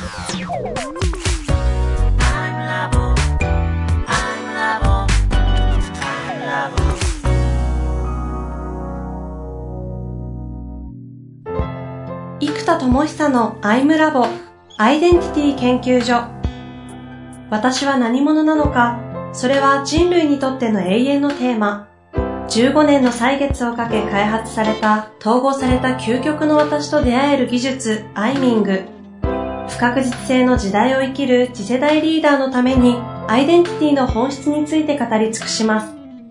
生田智久のアイムラボアイデンティティ研究所。私は何者なのか、それは人類にとっての永遠のテーマ。15年の歳月をかけ開発された統合された究極の私と出会える技術アイミング。不確実性の時代を生きる次世代リーダーのためにアイデンティティの本質について語り尽くします。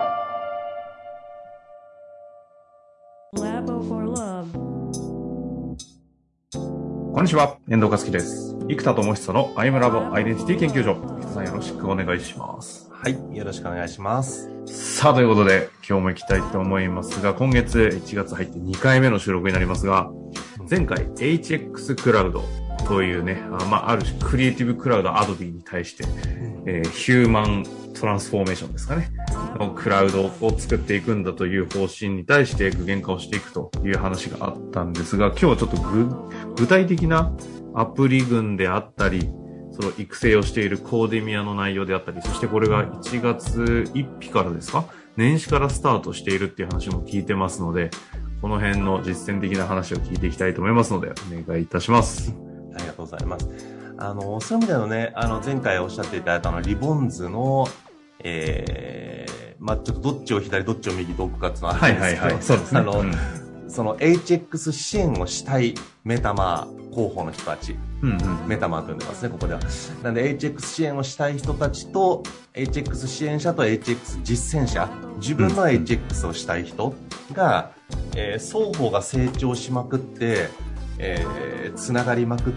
こんにちは、遠藤和樹です。生田智久のアイムラボアイデンティティ研究所。生田さんよろしくお願いします。 はい、よろしくお願いします。 さあ、ということで今日も行きたいと思いますが、今月1月入って2回目の収録になりますが、前回 HX クラウドというね、ある種クリエイティブクラウドアドビに対して、ヒューマントランスフォーメーションですかね、のクラウドを作っていくんだという方針に対して具現化をしていくという話があったんですが、今日はちょっと具体的なアプリ群であったり、その育成をしているコーデミアの内容であったり、そしてこれが1月1日からですか、年始からスタートしているっていう話も聞いてますので、この辺の実践的な話を聞いていきたいと思いますので、お願いいたします。 ありがとうございます。そういう意味でのね、前回おっしゃっていただいたリボンズの、ちょっとどっちを左どっちを右と置くかっていうのはあるんですけど、 はい、そうですね。 その HX 支援をしたいメタマー候補の人たち、メタマーと呼んでますね、ここでは。なんで HX 支援をしたい人たちと HX 支援者と HX 実践者、自分の HX をしたい人が、双方が成長しまくって、つながりまくって、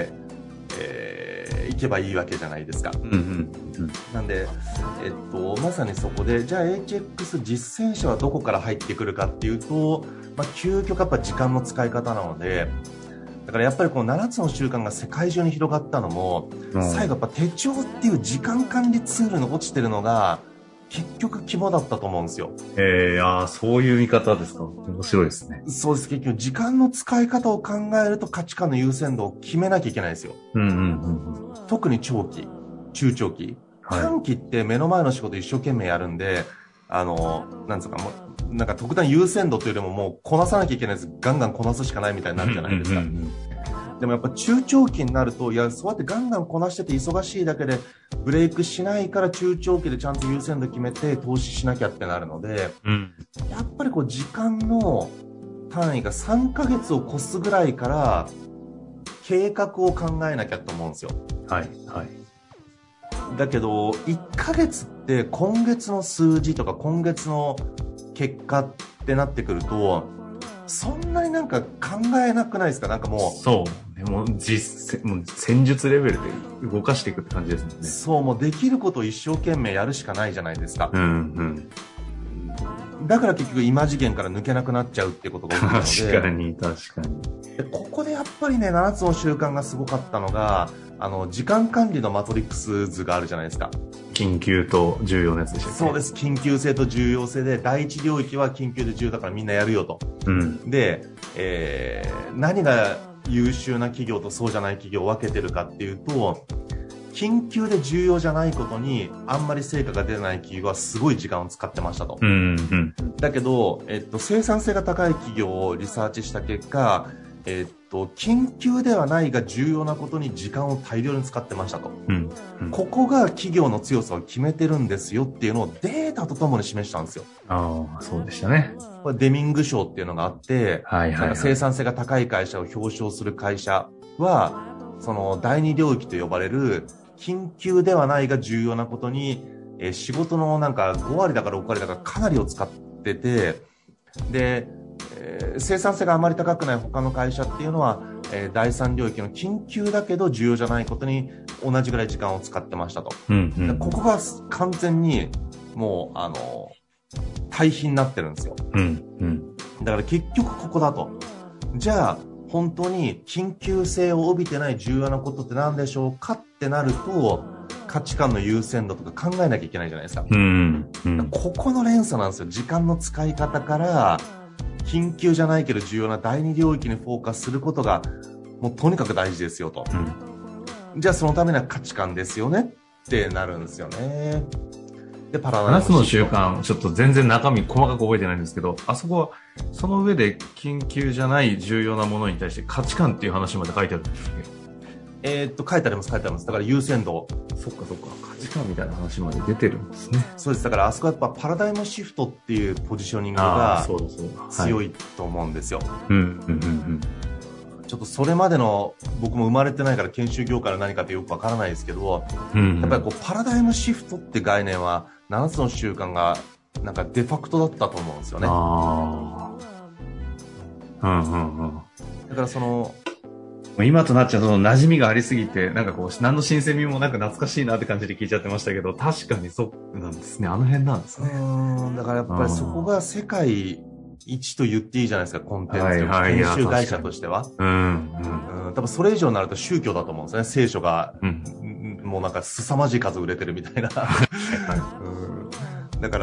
いけばいいわけじゃないですか。なんで、まさにそこで、じゃあ HX 実践者はどこから入ってくるかっていうと、究極やっぱ時間の使い方なので、だからやっぱりこの7つの習慣が世界中に広がったのも、最後やっぱ手帳っていう時間管理ツールの落ちてるのが、結局肝だったと思うんですよ。 そういう見方ですか。面白いですね。 そうです。結局時間の使い方を考えると価値観の優先度を決めなきゃいけないですよ。特に長期、中長期。短期って目の前の仕事一生懸命やるんで、なんですか、なんか特段優先度というよりももうこなさなきゃいけないです。ガンガンこなすしかないみたいになるじゃないですか。でもやっぱ中長期になると、いや、そうやってガンガンこなしてて忙しいだけでブレイクしないから中長期でちゃんと優先度決めて投資しなきゃってなるので、やっぱりこう時間の単位が3ヶ月を超すぐらいから計画を考えなきゃと思うんですよ。だけど、1ヶ月って今月の数字とか今月の結果ってなってくると、そんなになんか考えなくないですか？なんかもう。 そう。でも戦術レベルで動かしていくって感じですもんね。 そう、もうできることを一生懸命やるしかないじゃないですか。だから結局今次元から抜けなくなっちゃうっていうことが起きるので。 確かに。 でここでやっぱりね、7つの習慣がすごかったのが、時間管理のマトリックス図があるじゃないですか。 緊急と重要なやつでしたっけ？ そうです。緊急性と重要性で、第一領域は緊急で重要だからみんなやるよと。で、何が優秀な企業とそうじゃない企業を分けてるかっていうと、緊急で重要じゃないことにあんまり成果が出ない企業はすごい時間を使ってましたと。だけど、生産性が高い企業をリサーチした結果、緊急ではないが重要なことに時間を大量に使ってましたと。ここが企業の強さを決めてるんですよっていうのをデータとともに示したんですよ。 そうでしたね。 これデミング賞っていうのがあって、なんか生産性が高い会社を表彰する会社は、その第二領域と呼ばれる緊急ではないが重要なことに、仕事のなんか5割だから6割だからかなりを使ってて、で、生産性があまり高くない他の会社っていうのは、第三領域の緊急だけど重要じゃないことに同じぐらい時間を使ってましたと。ここが完全にもう対比になってるんですよ。だから結局ここだと。じゃあ本当に緊急性を帯びてない重要なことって何でしょうかってなると、価値観の優先度とか考えなきゃいけないじゃないですか。ここの連鎖なんですよ。時間の使い方から緊急じゃないけど重要な第二領域にフォーカスすることがもうとにかく大事ですよと。 じゃあそのためには価値観ですよねってなるんですよね。で、パラダイム 7つの習慣、ちょっと全然中身細かく覚えてないんですけど、あそこは、その上で緊急じゃない重要なものに対して価値観っていう話まで書いてあるんです書いてあります。だから優先度。 そっか。価値観みたいな話まで出てるんですね。 そうです。だからあそこはやっぱパラダイムシフトっていうポジショニングが強いと思うんですよ。ちょっとそれまでの、僕も生まれてないから研修業界の何かってよくわからないですけど、やっぱりこうパラダイムシフトって概念は7つの習慣がなんかデファクトだったと思うんですよね。だからその、 今となっちゃうと馴染みがありすぎて、なんかこう、何の新鮮味もなく懐かしいなって感じで聞いちゃってましたけど、確かにそうなんですね。あの辺なんですね。 だからやっぱりそこが世界一と言っていいじゃないですか、コンテンツ研修会社としては。多分それ以上になると宗教だと思うんですね。聖書が、もうなんか凄まじい数売れてるみたいな。だから、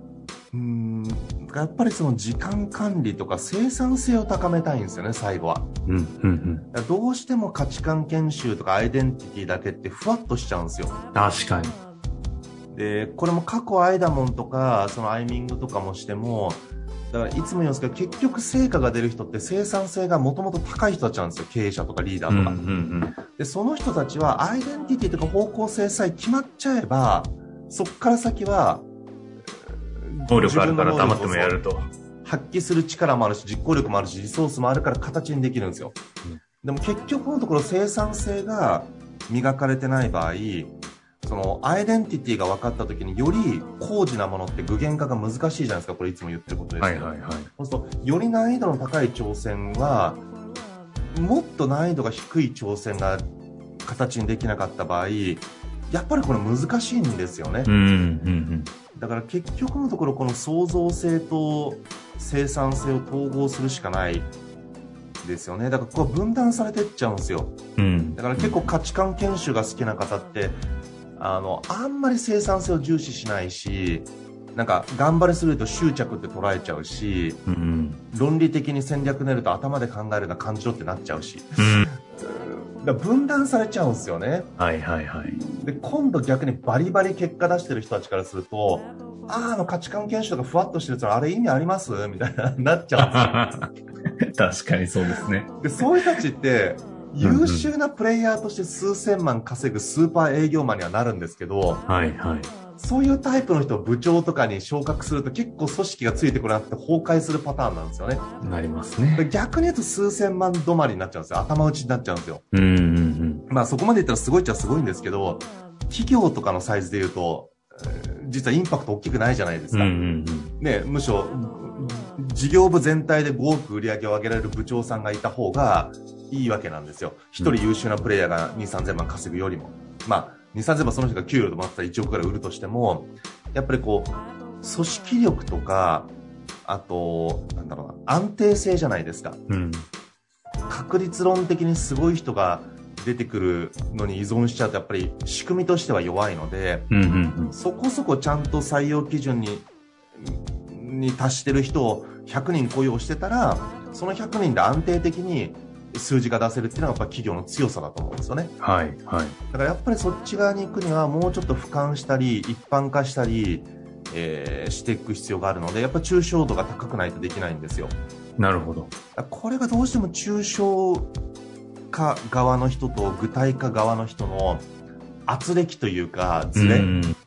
やっぱりその時間管理とか生産性を高めたいんですよね、最後は。どうしても価値観研修とかアイデンティティだけってふわっとしちゃうんですよ。 確かに。 で、これも過去アイダモンとか、そのアイミングとかもしても、だからいつも言うんですけど、結局成果が出る人って生産性がもともと高い人たちなんですよ。経営者とかリーダーとか。で、その人たちはアイデンティティとか方向性さえ決まっちゃえば、そっから先は、 能力あるから黙ってもやると。 発揮する力もあるし、実行力もあるし、リソースもあるから形にできるんですよ。でも結局のところ生産性が磨かれてない場合、そのアイデンティティが分かった時により高次なものって具現化が難しいじゃないですか。これいつも言ってることですけど。そうするとより難易度の高い挑戦はもっと難易度が低い挑戦が形にできなかった場合、やっぱりこれ難しいんですよね。だから結局のところこの創造性と生産性を統合するしかないですよね。だからここは分断されていっちゃうんですよ。だから結構価値観研修が好きな方ってあんまり生産性を重視しないし、なんか頑張りすぎると執着って捉えちゃうし、論理的に戦略練ると頭で考えるような感じろってなっちゃうし、だから分断されちゃうんですよね。で今度逆にバリバリ結果出してる人たちからすると、価値観研修とかふわっとしてるやつはあれ意味ありますみたいななっちゃうんですよ。 確かにそうですね。 でそういう人たちって優秀なプレイヤーとして数千万稼ぐスーパー営業マンにはなるんですけど、そういうタイプの人を部長とかに昇格すると結構組織がついてこなくて崩壊するパターンなんですよね。 なりますね。 逆に言うと数千万止まりになっちゃうんですよ。頭打ちになっちゃうんですよ。まあそこまで言ったらすごいっちゃすごいんですけど、企業とかのサイズで言うと、実はインパクト大きくないじゃないですか。ね、むしろ事業部全体で5億売り上げを上げられる部長さんがいた方がいいわけなんですよ。一人優秀なプレイヤーが2、3000万稼ぐよりも。まあ、2、3000万その人が給料でもらったら1億から売るとしても、やっぱりこう、組織力とか、あと、なんだろうな、安定性じゃないですか。確率論的にすごい人が出てくるのに依存しちゃうと、やっぱり仕組みとしては弱いので、そこそこちゃんと採用基準に達してる人を100人雇用してたら、その100人で安定的に数字が出せるっていうのがやっぱ企業の強さだと思うんですよね。だからやっぱりそっち側に行くにはもうちょっと俯瞰したり一般化したり、していく必要があるので、やっぱ抽象度が高くないとできないんですよ。 なるほど。 これがどうしても抽象化側の人と具体化側の人の圧力というかズレ、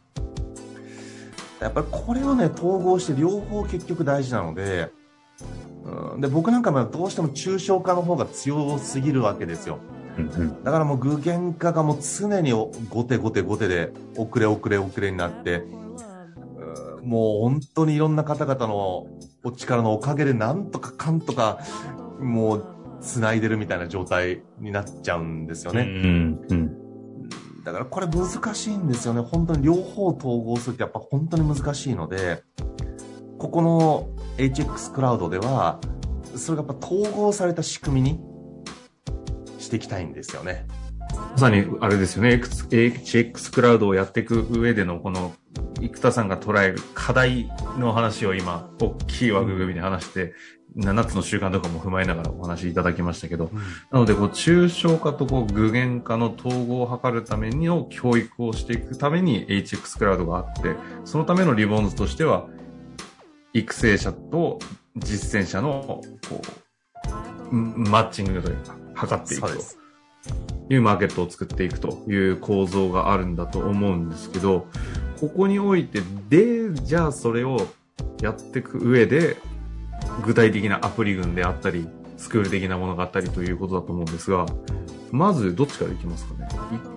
やっぱりこれをね統合して両方結局大事なので、で僕なんかもどうしても抽象化の方が強すぎるわけですよ。だからもう具現化がもう常に後手で遅れになって、もう本当にいろんな方々のお力のおかげでなんとかかんとかもう繋いでるみたいな状態になっちゃうんですよね。だからこれ難しいんですよね。本当に両方統合するってやっぱ本当に難しいので、ここの HX クラウドではそれがやっぱ統合された仕組みにしていきたいんですよね。 まさにあれですよね。HX クラウドをやっていく上でのこの生田さんが捉える課題の話を今大きい枠組みで話して 7つの習慣とかも踏まえながらお話しいただきましたけど、なので抽象化と具現化の統合を図るための教育をしていくために HX クラウドがあって、そのためのリボンズとしては育成者と実践者のマッチングというか測っていくというマーケットを作っていくという構造があるんだと思うんですけど、ここにおいてじゃあそれをやっていく上で具体的なアプリ群であったりスクール的なものがあったりということだと思うんですが、まずどっちからいきますかね。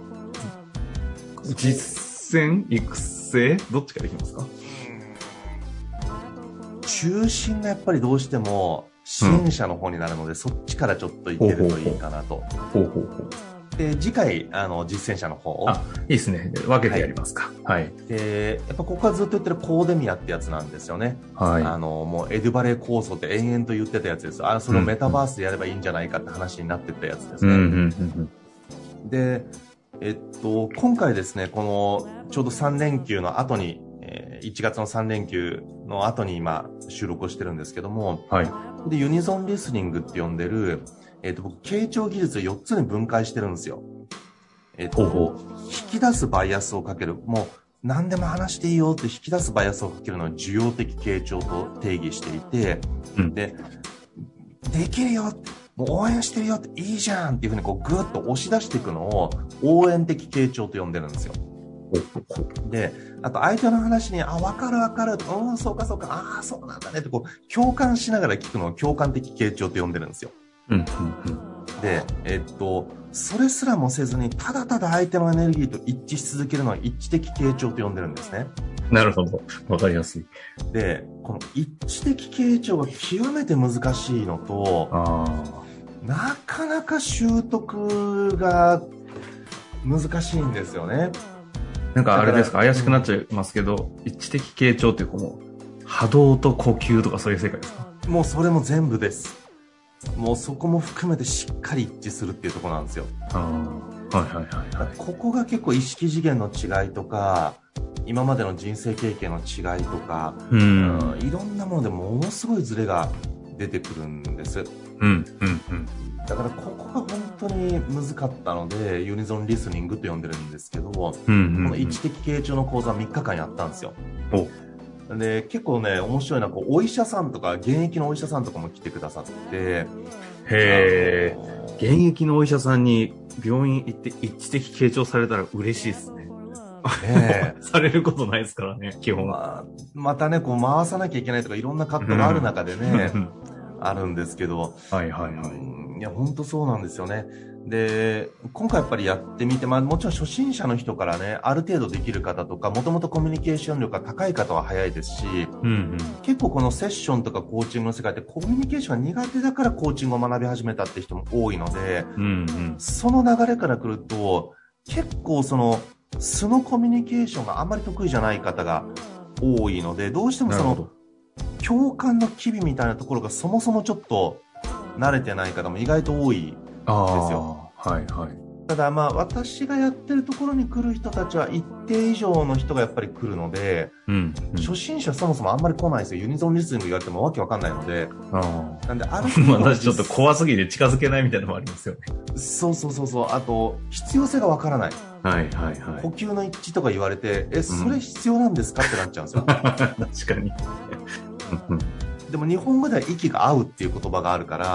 実践育成どっちからいきますか。 中心がやっぱりどうしても支援者の方になるので、そっちからちょっといけるといいかなと。で、次回、実践者の方を。 いいですね。分けてやりますか。はい。 で、やっぱここはずっと言ってるコーデミアってやつなんですよね。はい。もうエデュバレー構想って延々と言ってたやつです。それをメタバースでやればいいんじゃないかって話になってったやつですね。で、今回ですね、この、ちょうど3連休の後に、1月の3連休の後に今収録をしてるんですけども、はい。で、ユニゾンリスニングって呼んでる、僕、傾聴技術を4つに分解してるんですよ。引き出すバイアスをかける。もう、何でも話していいよって引き出すバイアスをかけるのを需要的傾聴と定義していて、で、できるよって、もう応援してるよっていいじゃんっていうふうにこうグッと押し出していくのを応援的傾聴と呼んでるんですよ。で、あと相手の話に、わかるわかる、そうかそうか、そうなんだねってこう、共感しながら聞くのを共感的傾聴と呼んでるんですよ。で、それすらもせずに、ただただ相手のエネルギーと一致し続けるのは一致的傾聴と呼んでるんですね。 なるほど。わかりやすい。 で、この一致的傾聴が極めて難しいのと、なかなか習得が難しいんですよね。 なんかあれですか、怪しくなっちゃいますけど、一致的傾聴っていうもう波動と呼吸とかそういう世界ですか？ もうそれも全部です。もうそこも含めてしっかり一致するっていうところなんですよ。ここが結構意識次元の違いとか、今までの人生経験の違いとか、いろんなものでものすごいズレが出てくるんです。だからここが本当に難かったので、ユニゾンリスニングと呼んでるんですけど、この一致的傾聴の講座3日間やったんですよ。で、結構ね、面白いのは、お医者さんとか、現役のお医者さんとかも来てくださって、 現役のお医者さんに病院行って一致的傾聴されたら嬉しいですね。されることないですからね、基本。 またね、こう回さなきゃいけないとか、いろんな葛藤がある中でね、あるんですけど、いや、本当そうなんですよね。で、今回やっぱりやってみて、もちろん初心者の人からね、ある程度できる方とか、もともとコミュニケーション力が高い方は早いですし、結構このセッションとかコーチングの世界ってコミュニケーションが苦手だからコーチングを学び始めたって人も多いので、その流れから来ると、結構その素のコミュニケーションがあんまり得意じゃない方が多いので、どうしてもその共感の機微みたいなところがそもそもちょっと慣れてない方も意外と多いんですよ。ただ私がやってるところに来る人たちは一定以上の人がやっぱり来るので、初心者そもそもあんまり来ないですよ。ユニゾンリスニング言われてもわけわかんないので。なんで私ちょっと怖すぎて近づけないみたいなのもありますよね。 そう。あと、必要性がわからない。呼吸の一致とか言われて、それ必要なんですかってなっちゃうんですよ。 確かに。 でも日本語では息が合うっていう言葉があるから、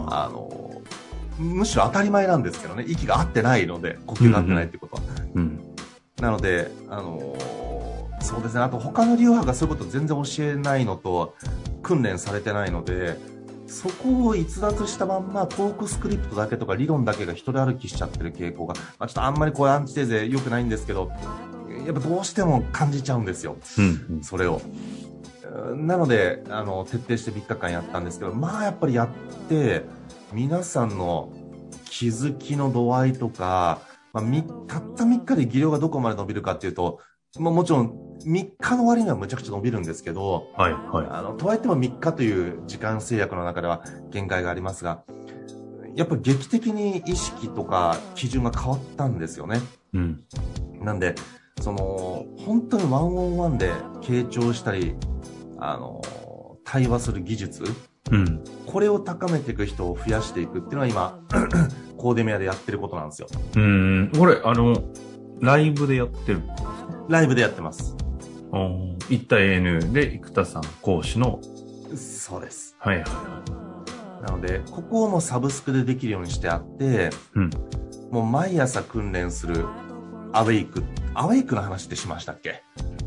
むしろ当たり前なんですけどね、息が合ってないので、呼吸が合ってないってことは。なので、そうですね、あと他の流派がそういうこと全然教えないのと、訓練されてないので、そこを逸脱したまんまトークスクリプトだけとか理論だけが一人歩きしちゃってる傾向が、ちょっとあんまりこうアンチテーゼ良くないんですけど、やっぱどうしても感じちゃうんですよ、それを。なので徹底して3日間やったんですけど、やっぱりやって皆さんの気づきの度合いとか、たった3日で技量がどこまで伸びるかっていうと、もちろん3日の割にはむちゃくちゃ伸びるんですけど、とはいっても3日という時間制約の中では限界がありますが、やっぱり劇的に意識とか基準が変わったんですよね。なんで本当にワンオンワンで傾聴したり対話する技術うん。 これを高めていく人を増やしていくっていうのが今、コーデミアでやってることなんですよ。 これ、ライブでやってるんですか？ ライブでやってます。 1対 N で生田さん講師の。 そうです。 はいはいはい。 なので、ここをもうサブスクでできるようにしてあって、もう毎朝訓練するアウェイクの話ってしましたっけ？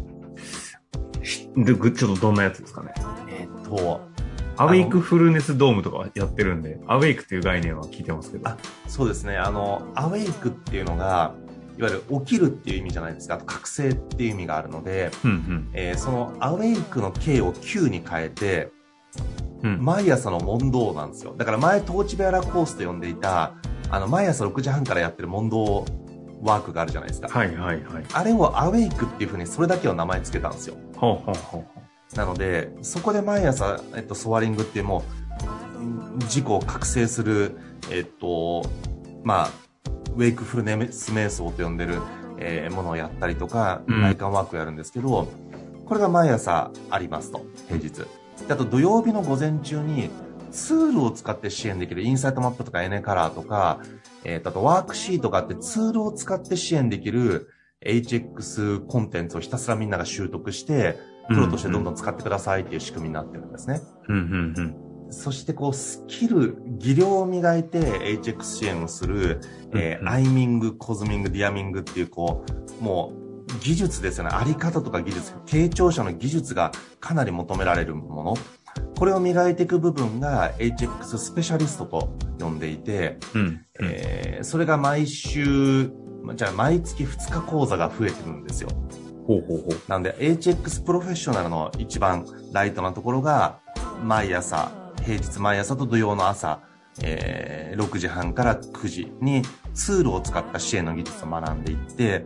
で、ちょっとどんなやつですかね。アウェイクフルネスドームとかやってるんで、アウェイクっていう概念は聞いてますけど。 そうですね。アウェイクっていうのが、いわゆる起きるっていう意味じゃないですか。あと覚醒っていう意味があるので、そのアウェイクの K を Q に変えて、毎朝の問答なんですよ。だから前、トーチベアラコースと呼んでいた、毎朝6時半からやってる問答ワークがあるじゃないですか。 はいはいはい。 あれをアウェイクっていう風にそれだけを名前つけたんですよ。なので、そこで毎朝、ソワリングっていうもう、自己を覚醒する、ウェイクフルネス瞑想と呼んでる、ものをやったりとか、内観ワークをやるんですけど、これが毎朝ありますと、平日。あと土曜日の午前中に、ツールを使って支援できるインサイトマップとかエネカラーとか、あとワークシートがあってツールを使って支援できる HX コンテンツをひたすらみんなが習得して、プロとしてどんどん使ってくださいっていう仕組みになってるんですね。そしてこうスキル、技量を磨いて HX 支援をする、アイミング、コズミング、ディアミングっていうこう、もう技術ですよね。あり方とか技術、傾聴者の技術がかなり求められるもの。これを磨いていく部分が HX スペシャリストと呼んでいて、それが毎月2日講座が増えてるんですよ。なんで HX プロフェッショナルの一番ライトなところが平日毎朝と土曜の朝、6時半から9時にツールを使った支援の技術を学んでいって、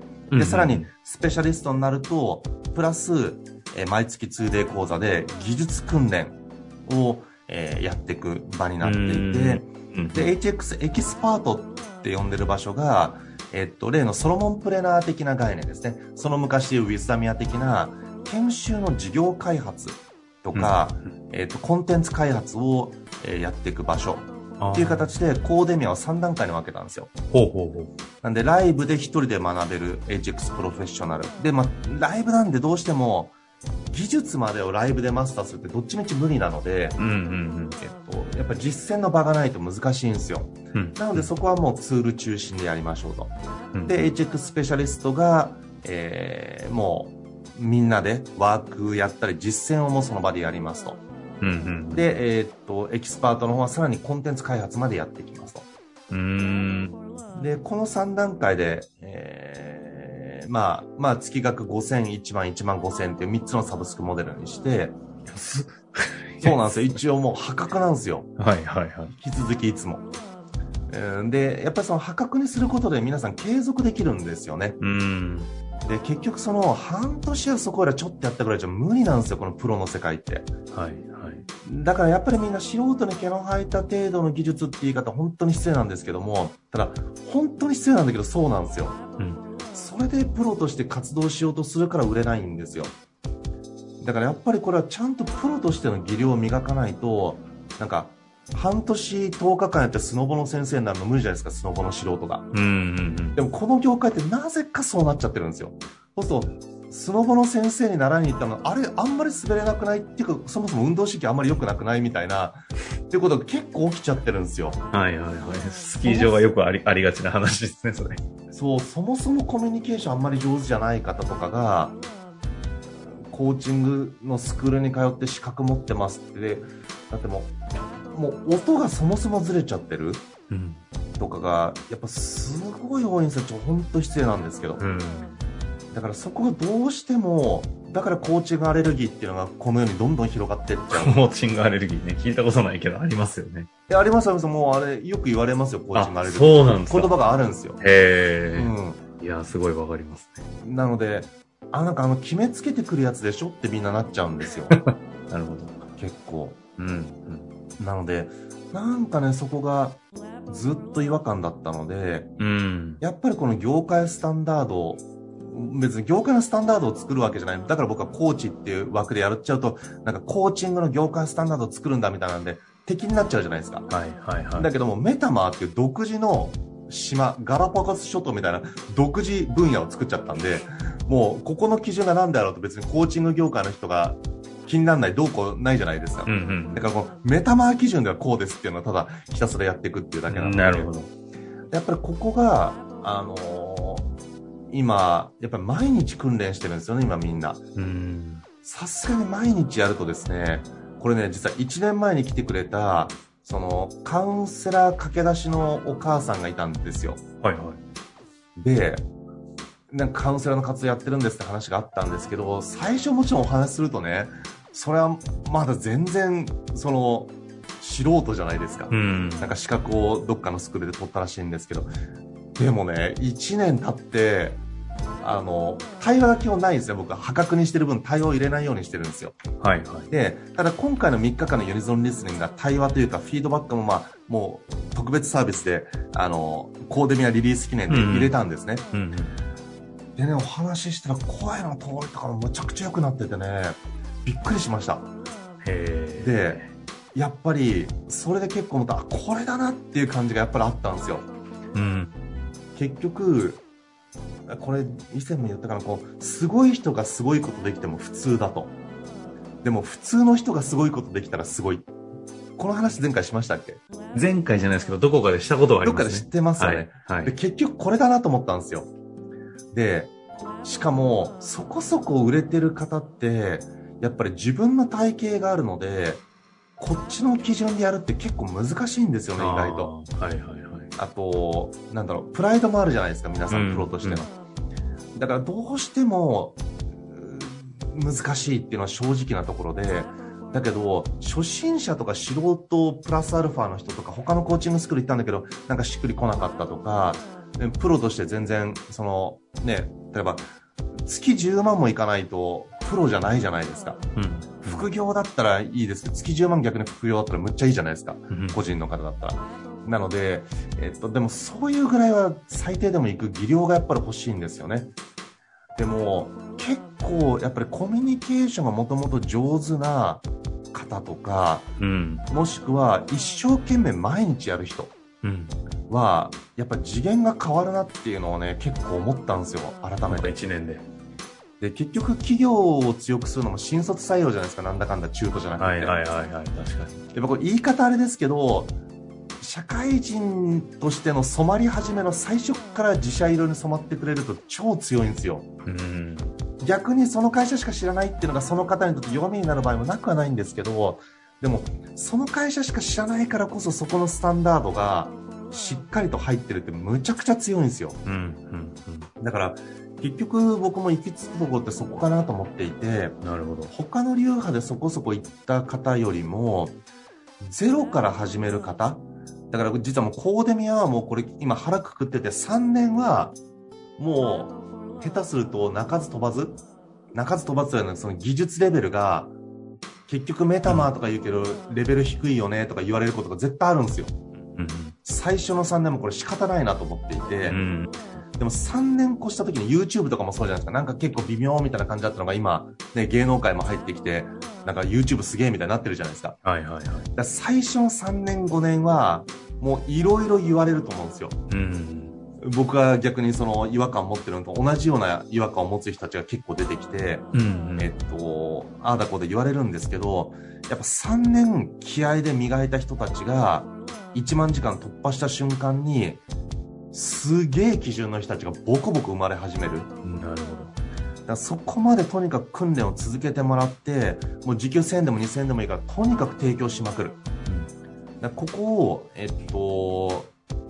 で、さらにスペシャリストになると、プラス、毎月 2day 講座で技術訓練を、やっていく場になっていて、で、HX エキスパートって呼んでる場所が、例のソロモンプレナー的な概念ですね。その昔でいうウィズダミア的な研修の事業開発とか、コンテンツ開発を、やっていく場所っていう形でコーデミアを3段階に分けたんですよ。なんでライブで一人で学べる HX プロフェッショナル。で、ライブなんでどうしても技術までをライブでマスターするってどっちみち無理なので、やっぱ実践の場がないと難しいんですよ。なのでそこはもうツール中心でやりましょうと。で、HX スペシャリストが、もうみんなでワークやったり実践をもうその場でやりますと。で、エキスパートの方はさらにコンテンツ開発までやっていきますと。で、この3段階で、月額5000、1万、1万5000っていう3つのサブスクモデルにして、そうなんですよ。一応もう破格なんですよ。引き続きいつも。で、やっぱりその破格にすることで皆さん継続できるんですよね。で、結局その半年はそこらちょっとやったぐらいじゃ無理なんですよ、このプロの世界って。だからやっぱりみんな素人に毛の生えた程度の技術って言い方本当に失礼なんですけども、ただ本当に失礼なんだけどそうなんですよ。それでプロとして活動しようとするから売れないんですよ。だからやっぱりこれはちゃんとプロとしての技量を磨かないと、なんか半年10日間やってスノボの先生になるの無理じゃないですか、スノボの素人が。でもこの業界ってなぜかそうなっちゃってるんですよ。そうするとスノボの先生に習いに行ったの、あれあんまり滑れなくないっていうか、そもそも運動神経あんまり良くなくないみたいなっていうことが結構起きちゃってるんですよ。 スキー場がよくありがちな話ですね、それ。 そう、そもそもコミュニケーションあんまり上手じゃない方とかがコーチングのスクールに通って資格持ってますって、だってもう音がそもそもずれちゃってるとかがやっぱすごい多いんですよ。本当失礼なんですけど、だからそこがどうしても、だからコーチングアレルギーっていうのがこのようにどんどん広がっていっちゃう。 コーチングアレルギーね、聞いたことないけどありますよね。 あります。もうあれよく言われますよ、コーチングアレルギー。 そうなんですか。 言葉があるんですよ。 いや、すごいわかりますね。 なので、なんか決めつけてくるやつでしょってみんななっちゃうんですよ。 なるほど。 結構。なので、なんかね、そこがずっと違和感だったので、やっぱりこの業界スタンダード別に業界のスタンダードを作るわけじゃない。だから僕はコーチっていう枠でやっちゃうと、なんかコーチングの業界スタンダードを作るんだみたいなんで、敵になっちゃうじゃないですか。 はいはいはい。 だけども、メタマーっていう独自の島、ガラパゴス諸島みたいな独自分野を作っちゃったんで、もうここの基準が何であろうと別にコーチング業界の人が気にならないどうこうないじゃないですか。 うんうん。 だからこのメタマー基準ではこうですっていうのをただひたすらやっていくっていうだけなんで。 なるほど。 やっぱりここが、今、やっぱり毎日訓練してるんですよね、今みんな。さすがに毎日やるとですね、これね、実は1年前に来てくれた、その、カウンセラー駆け出しのお母さんがいたんですよ。 はいはい。 で、なんかカウンセラーの活動やってるんですって話があったんですけど、最初もちろんお話しするとね、それはまだ全然、その、素人じゃないですか。なんか資格をどっかのスクールで取ったらしいんですけど、でもね、1年経って、対話が基本ないんですよ。僕は破格にしてる分対話を入れないようにしてるんですよ。 はいはい。 で、ただ今回の3日間のユニゾンリスニングが対話というかフィードバックももう特別サービスで、コーデミアリリース記念で入れたんですね。でね、お話ししたら声の通りとかもむちゃくちゃ良くなっててね、びっくりしました。で、やっぱりそれで結構思った、これだなっていう感じがやっぱりあったんですよ。結局、これ以前も言ったかな、すごい人がすごいことできても普通だと。でも普通の人がすごいことできたらすごい。この話前回しましたっけ？ 前回じゃないですけど、どこかでしたことはありますね。 どっかで知ってますよね。 はい。 で、結局これだなと思ったんですよ。で、しかもそこそこ売れてる方って、やっぱり自分の体型があるので、こっちの基準でやるって結構難しいんですよね、意外と。はいはいはい。あと、プライドもあるじゃないですか、皆さんプロとしての。だからどうしても難しいっていうのは正直なところで、だけど初心者とか素人プラスアルファの人とか他のコーチングスクール行ったんだけどなんかしっくり来なかったとか、プロとして全然そのね、例えば月10万もいかないとプロじゃないじゃないですか。副業だったらいいですけど、月10万逆に副業だったらむっちゃいいじゃないですか。個人の方だったら。なので、でもそういうぐらいは最低でも行く技量がやっぱり欲しいんですよね。でも結構やっぱりコミュニケーションがもともと上手な方とか、もしくは一生懸命毎日やる人は、やっぱり次元が変わるなっていうのをね、結構思ったんですよ、改めて。 1年で。 で、結局企業を強くするのも新卒採用じゃないですか、なんだかんだ中途じゃなくて。 はいはいはいはい、確かに。 で、僕言い方あれですけど、社会人としての染まり始めの最初から自社色に染まってくれると超強いんですよ。逆にその会社しか知らないっていうのがその方にとって弱みになる場合もなくはないんですけど、でもその会社しか知らないからこそそこのスタンダードがしっかりと入ってるってむちゃくちゃ強いんですよ。だから結局僕も行き着くところってそこかなと思っていて、 なるほど。 他の流派でそこそこ行った方よりもゼロから始める方、だから実はもうコーデミアはもうこれ今腹くくってて3年はもう下手すると鳴かず飛ばずというのはその技術レベルが結局メタマーとか言うけどレベル低いよねとか言われることが絶対あるんですよ。最初の3年もこれ仕方ないなと思っていて、でも3年越した時に YouTube とかもそうじゃないですか。なんか結構微妙みたいな感じだったのが今ね、芸能界も入ってきてなんか YouTube すげえみたいになってるじゃないですか。だから最初の3年5年はもういろいろ言われると思うんですよ。僕は逆にその違和感を持ってるのと同じような違和感を持つ人たちが結構出てきて、ああだこうで言われるんですけど、やっぱ3年気合で磨いた人たちが1万時間突破した瞬間にすげえ基準の人たちがボコボコ生まれ始める。なるほど。だからそこまでとにかく訓練を続けてもらって、もう時給1000円でも2000円でもいいからとにかく提供しまくる。だからここを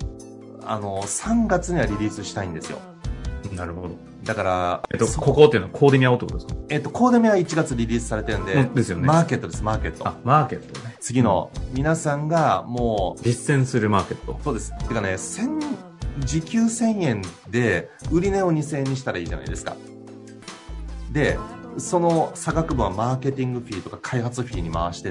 3月にはリリースしたいんですよ。なるほど。だから、 ここっていうのはコーデミアってことですか？ コーデミアは1月リリースされてるんで、 ですよね。 マーケットです、マーケット。 マーケットね。 次の、皆さんがもう、 実践するマーケット。 そうです。てかね、時給1000円で、売り値を2000円にしたらいいじゃないですか。で、その差額分はマーケティングフィーとか開発フィーに回してって、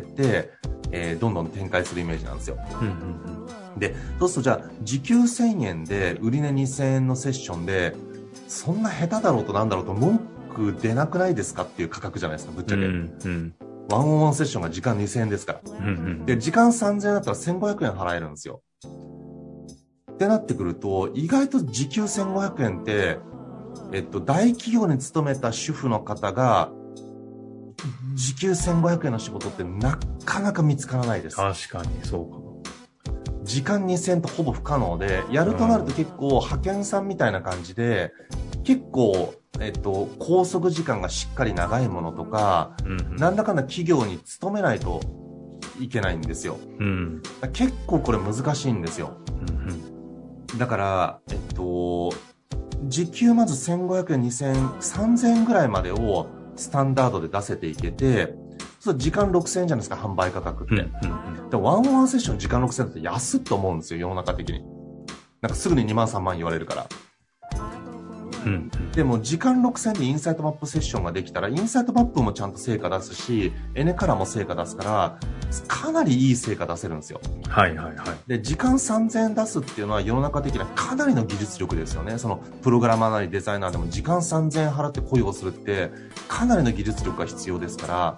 どんどん展開するイメージなんですよ。で、そうするとじゃあ、時給1000円で売り値2000円のセッションで、 そんな下手だろうとなんだろうと文句出なくないですかっていう価格じゃないですか、ぶっちゃけ。ワンオンワンセッションが時間2000円ですから。で、時間3000円だったら1500円払えるんですよ。ってなってくると、意外と時給1500円って、大企業に勤めた主婦の方が、時給1500円の仕事ってなかなか見つからないです。 確かに、そうかも。 時間2000円とほぼ不可能で、やるとなると結構派遣さんみたいな感じで、結構、拘束時間がしっかり長いものとか、なんだかんだ企業に勤めないといけないんですよ。結構これ難しいんですよ。だから、時給まず1500円、2000円、3000円ぐらいまでをスタンダードで出せていけて、時間6000円じゃないですか、販売価格って。でワンオンワンセッション時間6000円って安っと思うんですよ、世の中的に。なんかすぐに2万3万言われるから。でも時間6000円でインサイトマップセッションができたら、インサイトマップもちゃんと成果出すし、エネカラーも成果出すから、かなりいい成果出せるんですよ。で、時間3000円出すっていうのは世の中的にはかなりの技術力ですよね。そのプログラマーなりデザイナーでも時間3000円払って雇用するってかなりの技術力が必要ですから、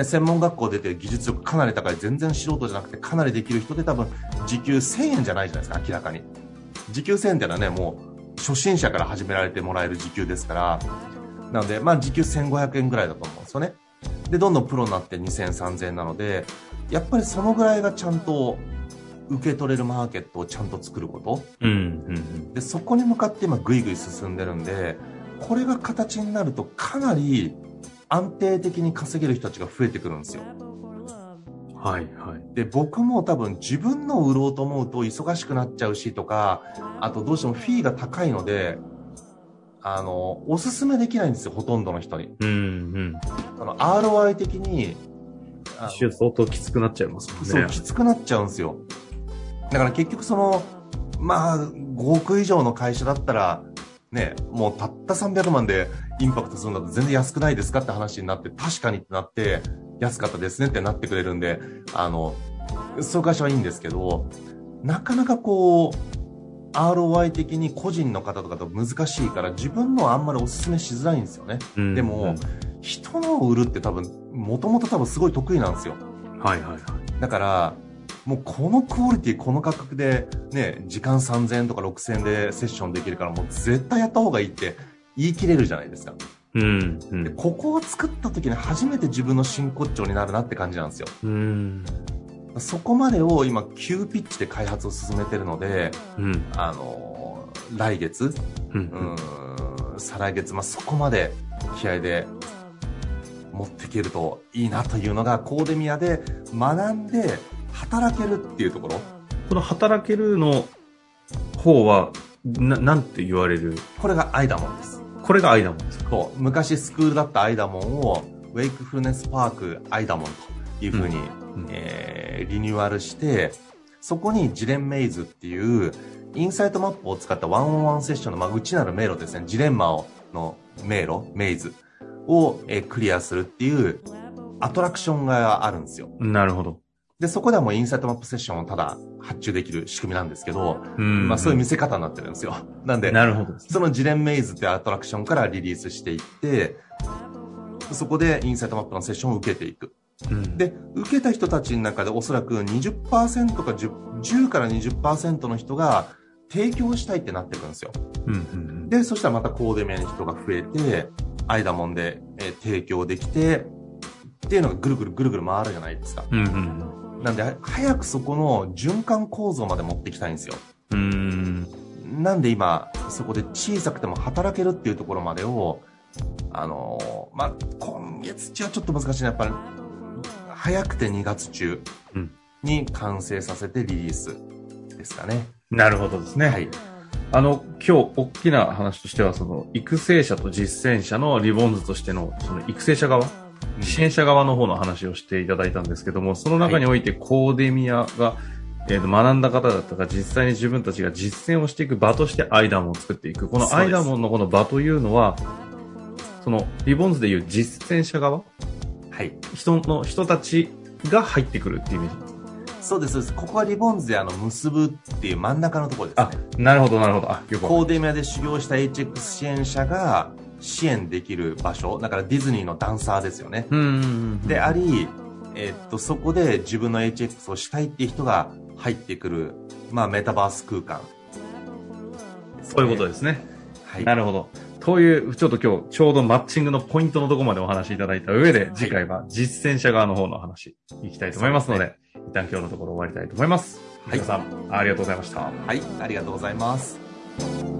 専門学校出て技術力かなり高い、全然素人じゃなくてかなりできる人で多分時給1000円じゃないじゃないですか、明らかに。時給1000円ってのはね、もう初心者から始められてもらえる時給ですから、なので、時給1500円ぐらいだと思うんですよね。で、どんどんプロになって2000円、3000円なので、やっぱりそのぐらいがちゃんと受け取れるマーケットをちゃんと作ること。で、そこに向かって今グイグイ進んでるんで、これが形になるとかなり安定的に稼げる人たちが増えてくるんですよ。で、僕も多分自分のを売ろうと思うと忙しくなっちゃうしとか、あとどうしてもフィーが高いので、おすすめできないんですよ、ほとんどの人に。ROI 的に。 相当きつくなっちゃいますもんね。 そう、きつくなっちゃうんですよ。だから結局5億以上の会社だったら、ね、もうたった300万でインパクトするんだと全然安くないですかって話になって、確かにってなって、安かったですねってなってくれるんで、そういう会社はいいんですけど、なかなかROI 的に個人の方とかと難しいから、自分のあんまりおすすめしづらいんですよね。でも、人のを売るって多分、もともと多分すごい得意なんですよ。だから、もうこのクオリティ、この価格でね、時間3000円とか6000円でセッションできるから、もう絶対やった方がいいって言い切れるじゃないですか。でここを作った時に初めて自分の真骨頂になるなって感じなんですよ。そこまでを今急ピッチで開発を進めてるので、来月、再来月、そこまで気合で持っていけるといいなというのが、コーデミアで学んで働けるっていうところ。 この働けるの方はなんて言われる？ これがアイダモンです。 これがアイダモンですか？ そう、昔スクールだったアイダモンをウェイクフルネスパークアイダモンという風に、リニューアルして、そこにジレンメイズっていうインサイトマップを使ったワンオンワンセッションの、内なる迷路ですね。ジレンマの迷路、メイズを、クリアするっていうアトラクションがあるんですよ。 なるほど。 で、そこではもうインサイトマップセッションをただ発注できる仕組みなんですけど、そういう見せ方になってるんですよ。なんで、 なるほど。 そのジレンメイズってアトラクションからリリースしていって、そこでインサイトマップのセッションを受けていく。で、受けた人たちの中でおそらく 20% か 10から 20% の人が提供したいってなってくるんですよ。で、そしたらまたコーデミアに人が増えて、アイダモンで、提供できて、っていうのがぐるぐるぐるぐる回るじゃないですか。なんで、早くそこの循環構造まで持っていきたいんですよ。なんで今、そこで小さくても働けるっていうところまでを、今月中はちょっと難しいな。やっぱり、早くて2月中に完成させてリリースですかね。 なるほどですね。今日、大きな話としては、育成者と実践者のリボンズとしての、育成者側、支援者側の方の話をしていただいたんですけども、その中においてコーデミアが、学んだ方だったか、実際に自分たちが実践をしていく場としてアイダモンを作っていく。このアイダモンのこの場というのは、リボンズでいう実践者側、人たちが入ってくるっていうイメージです。 そうです、そうです。ここはリボンズで結ぶっていう真ん中のところですね。 あ、なるほど、なるほど。 コーデミアで修行した HX 支援者が支援できる場所。だからディズニーのダンサーですよね。であり、そこで自分の HX をしたいっていう人が入ってくる、まあ、メタバース空間。 そういうことですね。 はい。 なるほど。という、ちょっと今日、ちょうどマッチングのポイントのところまでお話しいただいた上で、次回は実践者側の方の話、いきたいと思いますので、一旦今日のところ終わりたいと思います。 はい。 皆さん、ありがとうございました。 はい、ありがとうございます。